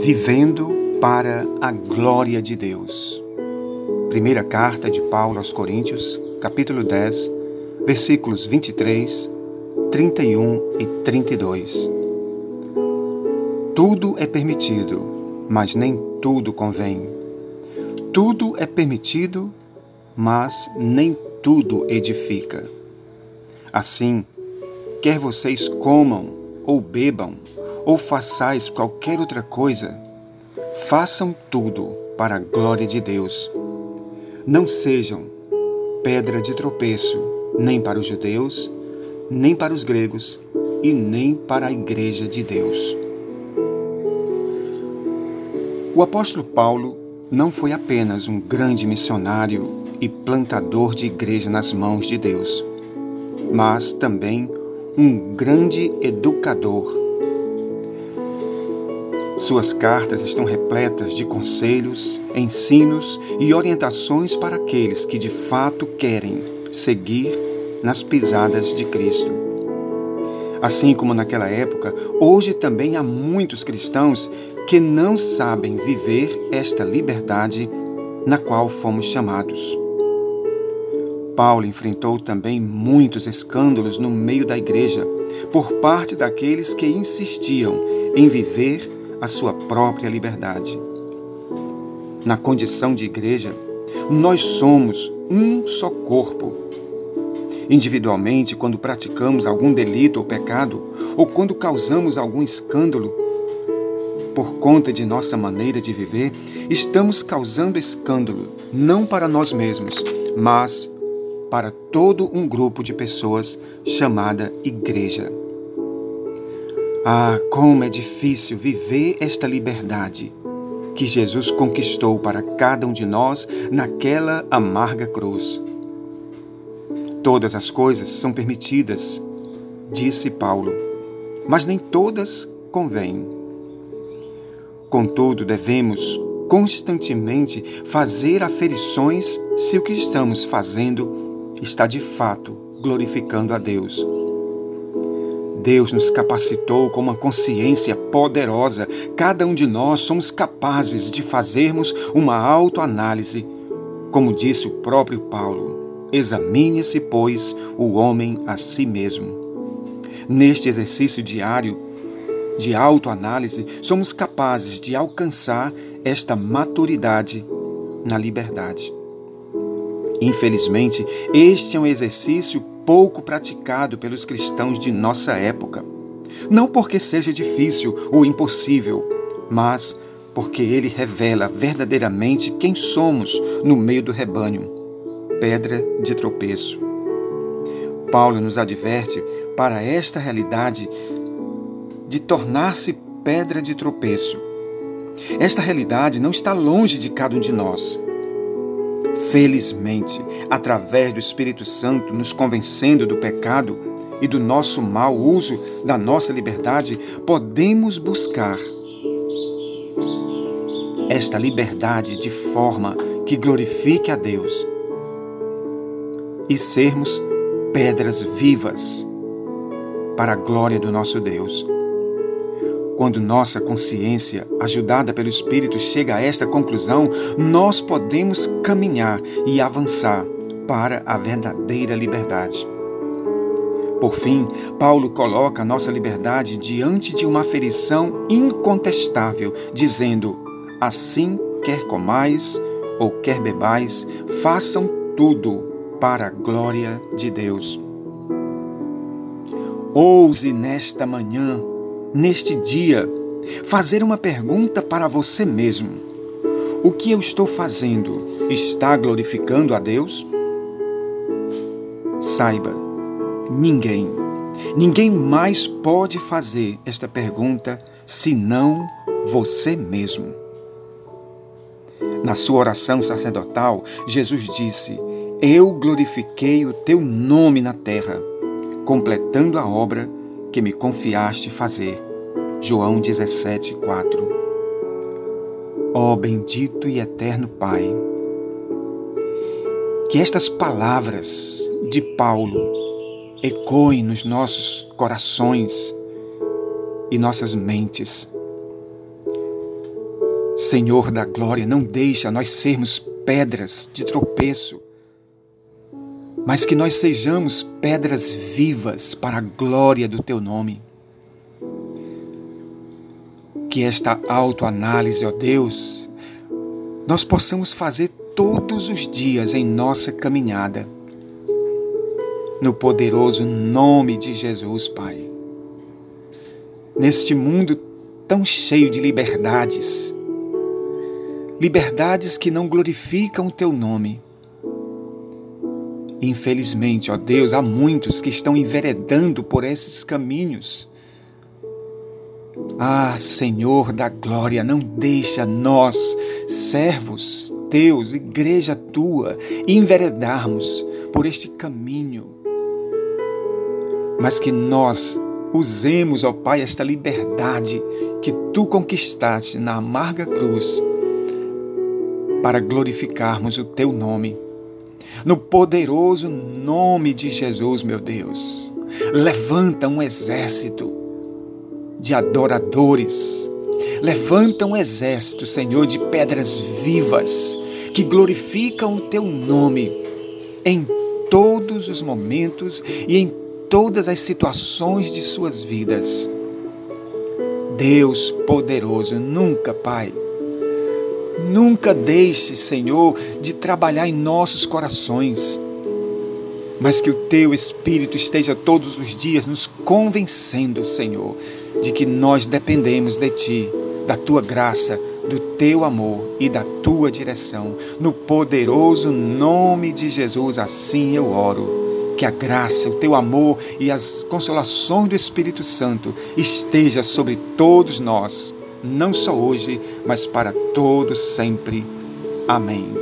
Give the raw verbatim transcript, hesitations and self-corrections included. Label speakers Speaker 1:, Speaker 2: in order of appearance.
Speaker 1: Vivendo para a glória de Deus. Primeira carta de Paulo aos Coríntios, capítulo dez, versículos vinte e três, trinta e um e trinta e dois. Tudo é permitido, mas nem tudo convém. Tudo é permitido, mas nem tudo edifica. Assim, quer vocês comam ou bebam, ou façais qualquer outra coisa, façam tudo para a glória de Deus. Não sejam pedra de tropeço, nem para os judeus, nem para os gregos, e nem para a igreja de Deus. O apóstolo Paulo não foi apenas um grande missionário e plantador de igreja nas mãos de Deus, mas também um grande educador. Suas cartas estão repletas de conselhos, ensinos e orientações para aqueles que de fato querem seguir nas pisadas de Cristo. Assim como naquela época, hoje também há muitos cristãos que não sabem viver esta liberdade na qual fomos chamados. Paulo enfrentou também muitos escândalos no meio da igreja por parte daqueles que insistiam em viver a sua própria liberdade. Na condição de igreja, nós somos um só corpo. Individualmente, quando praticamos algum delito ou pecado, ou quando causamos algum escândalo, por conta de nossa maneira de viver, estamos causando escândalo não para nós mesmos, mas para todo um grupo de pessoas chamada igreja. Ah, como é difícil viver esta liberdade que Jesus conquistou para cada um de nós naquela amarga cruz. Todas as coisas são permitidas, disse Paulo, mas nem todas convêm. Contudo, devemos constantemente fazer aferições se o que estamos fazendo está de fato glorificando a Deus. Deus nos capacitou com uma consciência poderosa. Cada um de nós somos capazes de fazermos uma autoanálise. Como disse o próprio Paulo, examine-se, pois, o homem a si mesmo. Neste exercício diário de autoanálise, somos capazes de alcançar esta maturidade na liberdade. Infelizmente, este é um exercício pouco praticado pelos cristãos de nossa época. Não porque seja difícil ou impossível, mas porque ele revela verdadeiramente quem somos no meio do rebanho, pedra de tropeço. Paulo nos adverte para esta realidade de tornar-se pedra de tropeço. Esta realidade não está longe de cada um de nós. Felizmente, através do Espírito Santo nos convencendo do pecado e do nosso mau uso da nossa liberdade, podemos buscar esta liberdade de forma que glorifique a Deus e sermos pedras vivas para a glória do nosso Deus. Quando nossa consciência, ajudada pelo Espírito, chega a esta conclusão, nós podemos caminhar e avançar para a verdadeira liberdade. Por fim, Paulo coloca a nossa liberdade diante de uma aferição incontestável, dizendo: assim, quer comais ou quer bebais, façam tudo para a glória de Deus. Ouse nesta manhã, neste dia, fazer uma pergunta para você mesmo. O que eu estou fazendo está glorificando a Deus? Saiba, ninguém, ninguém mais pode fazer esta pergunta senão você mesmo. Na sua oração sacerdotal, Jesus disse: eu glorifiquei o teu nome na terra, completando a obra que me confiaste fazer. João dezessete, quatro. Ó bendito e eterno Pai, que estas palavras de Paulo ecoem nos nossos corações e nossas mentes. Senhor da glória, não deixa nós sermos pedras de tropeço, mas que nós sejamos pedras vivas para a glória do Teu nome. Que esta autoanálise, ó Deus, nós possamos fazer todos os dias em nossa caminhada. No poderoso nome de Jesus, Pai. Neste mundo tão cheio de liberdades, liberdades que não glorificam o Teu nome. Infelizmente, ó Deus, há muitos que estão enveredando por esses caminhos. Ah, Senhor da glória, não deixa nós, servos Teus, igreja Tua, enveredarmos por este caminho, mas que nós usemos, ó Pai, esta liberdade que Tu conquistaste na amarga cruz para glorificarmos o Teu nome. No poderoso nome de Jesus, meu Deus, levanta um exército de adoradores. Levanta um exército, Senhor, de pedras vivas que glorificam o Teu nome em todos os momentos e em todas as situações de suas vidas. Deus poderoso, nunca, Pai, nunca deixe, Senhor, de trabalhar em nossos corações, mas que o Teu Espírito esteja todos os dias nos convencendo, Senhor, de que nós dependemos de Ti, da Tua graça, do Teu amor e da Tua direção. No poderoso nome de Jesus, assim eu oro. Que a graça, o Teu amor e as consolações do Espírito Santo esteja sobre todos nós, não só hoje, mas para todos sempre. Amém.